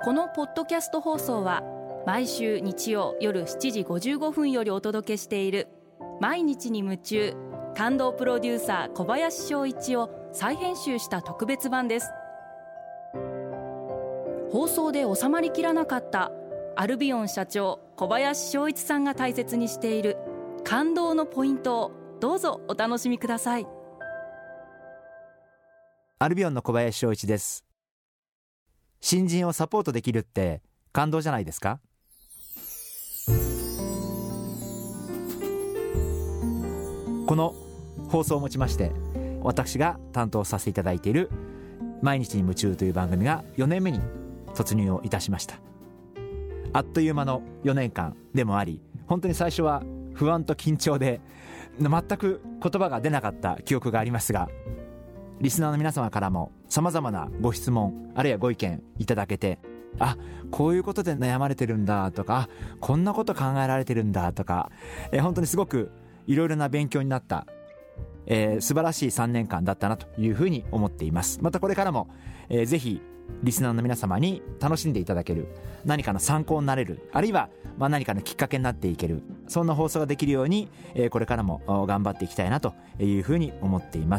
このポッドキャスト放送は毎週日曜夜7時55分よりお届けしている毎日に夢中感動プロデューサー小林翔一を再編集した特別版です。放送で収まりきらなかったアルビオン社長小林翔一さんが大切にしている感動のポイントをどうぞお楽しみください。 アルビオンの小林翔一です。新人をサポートできるって感動じゃないですか？この放送をもちまして私が担当させていただいている毎日に夢中という番組が4年目に突入をいたしました。あっという間の4年間でもあり、本当に最初は不安と緊張で全く言葉が出なかった記憶がありますが、リスナーの皆様からも様々なご質問あるいはご意見いただけて、こういうことで悩まれてるんだとか、こんなこと考えられてるんだとか、本当にすごくいろいろな勉強になった、素晴らしい3年間だったなというふうに思っています。またこれからも、ぜひリスナーの皆様に楽しんでいただける、何かの参考になれる、あるいは何かのきっかけになっていける、そんな放送ができるように、これからも頑張っていきたいなというふうに思っています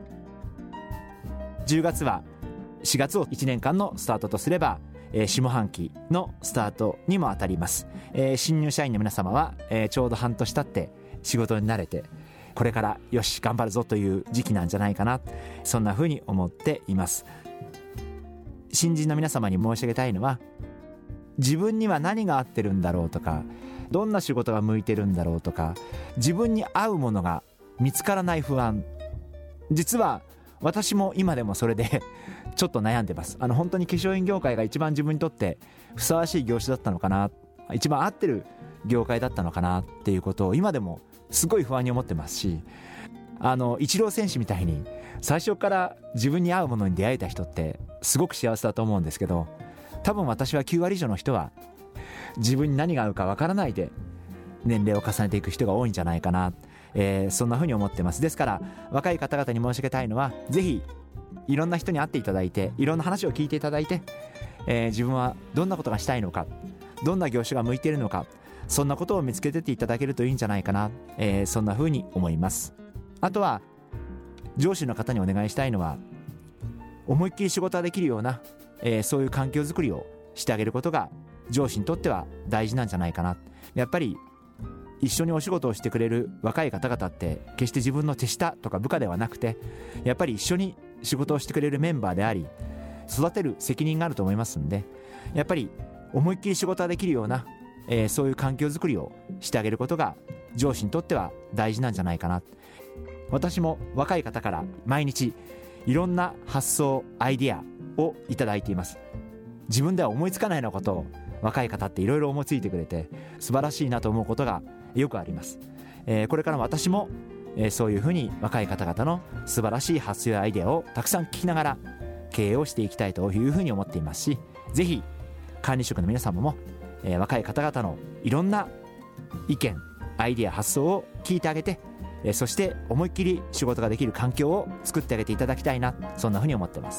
。10月は4月を1年間のスタートとすれば、下半期のスタートにも当たります。新入社員の皆様は、ちょうど半年経って仕事に慣れて、これからよし頑張るぞという時期なんじゃないかな、そんなふうに思っています。新人の皆様に申し上げたいのは、自分には何が合ってるんだろうとか、どんな仕事が向いてるんだろうとか、自分に合うものが見つからない不安、実は私も今でもそれでちょっと悩んでます。本当に化粧品業界が一番自分にとってふさわしい業種だったのかな、一番合ってる業界だったのかなっていうことを今でもすごい不安に思ってますし、イチロー選手みたいに最初から自分に合うものに出会えた人ってすごく幸せだと思うんですけど、多分私は9割以上の人は自分に何が合うかわからないで年齢を重ねていく人が多いんじゃないかな、そんなふうに思ってます。ですから若い方々に申し上げたいのは、ぜひいろんな人に会っていただいて、いろんな話を聞いていただいて、自分はどんなことがしたいのか、どんな業種が向いているのか、そんなことを見つけてっていただけるといいんじゃないかな、そんなふうに思います。あとは上司の方にお願いしたいのは、思いっきり仕事ができるような、そういう環境づくりをしてあげることが上司にとっては大事なんじゃないかな。やっぱり一緒にお仕事をしてくれる若い方々って決して自分の手下とか部下ではなくて、やっぱり一緒に仕事をしてくれるメンバーであり、育てる責任があると思いますんで、やっぱり思いっきり仕事ができるような、そういう環境づくりをしてあげることが上司にとっては大事なんじゃないかな。私も若い方から毎日いろんな発想アイデアをいただいています。自分では思いつかないようなことを若い方っていろいろ思いついてくれて、素晴らしいなと思うことがよくあります。これからも私も、そういうふうに若い方々の素晴らしい発想やアイデアをたくさん聞きながら経営をしていきたいというふうに思っていますし、ぜひ管理職の皆様も、若い方々のいろんな意見アイデア発想を聞いてあげて、そして思いっきり仕事ができる環境を作ってあげていただきたいな、そんなふうに思っています。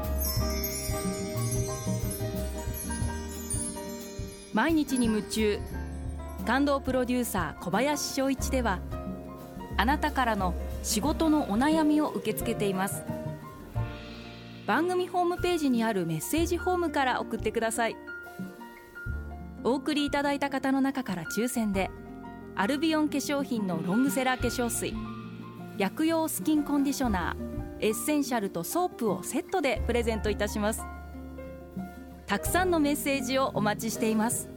毎日に夢中感動プロデューサー小林翔一では、あなたからの仕事のお悩みを受け付けています。番組ホームページにあるメッセージフォームから送ってください。お送りいただいた方の中から抽選でアルビオン化粧品のロングセラー化粧水、薬用スキンコンディショナー、エッセンシャルとソープをセットでプレゼントいたします。たくさんのメッセージをお待ちしています。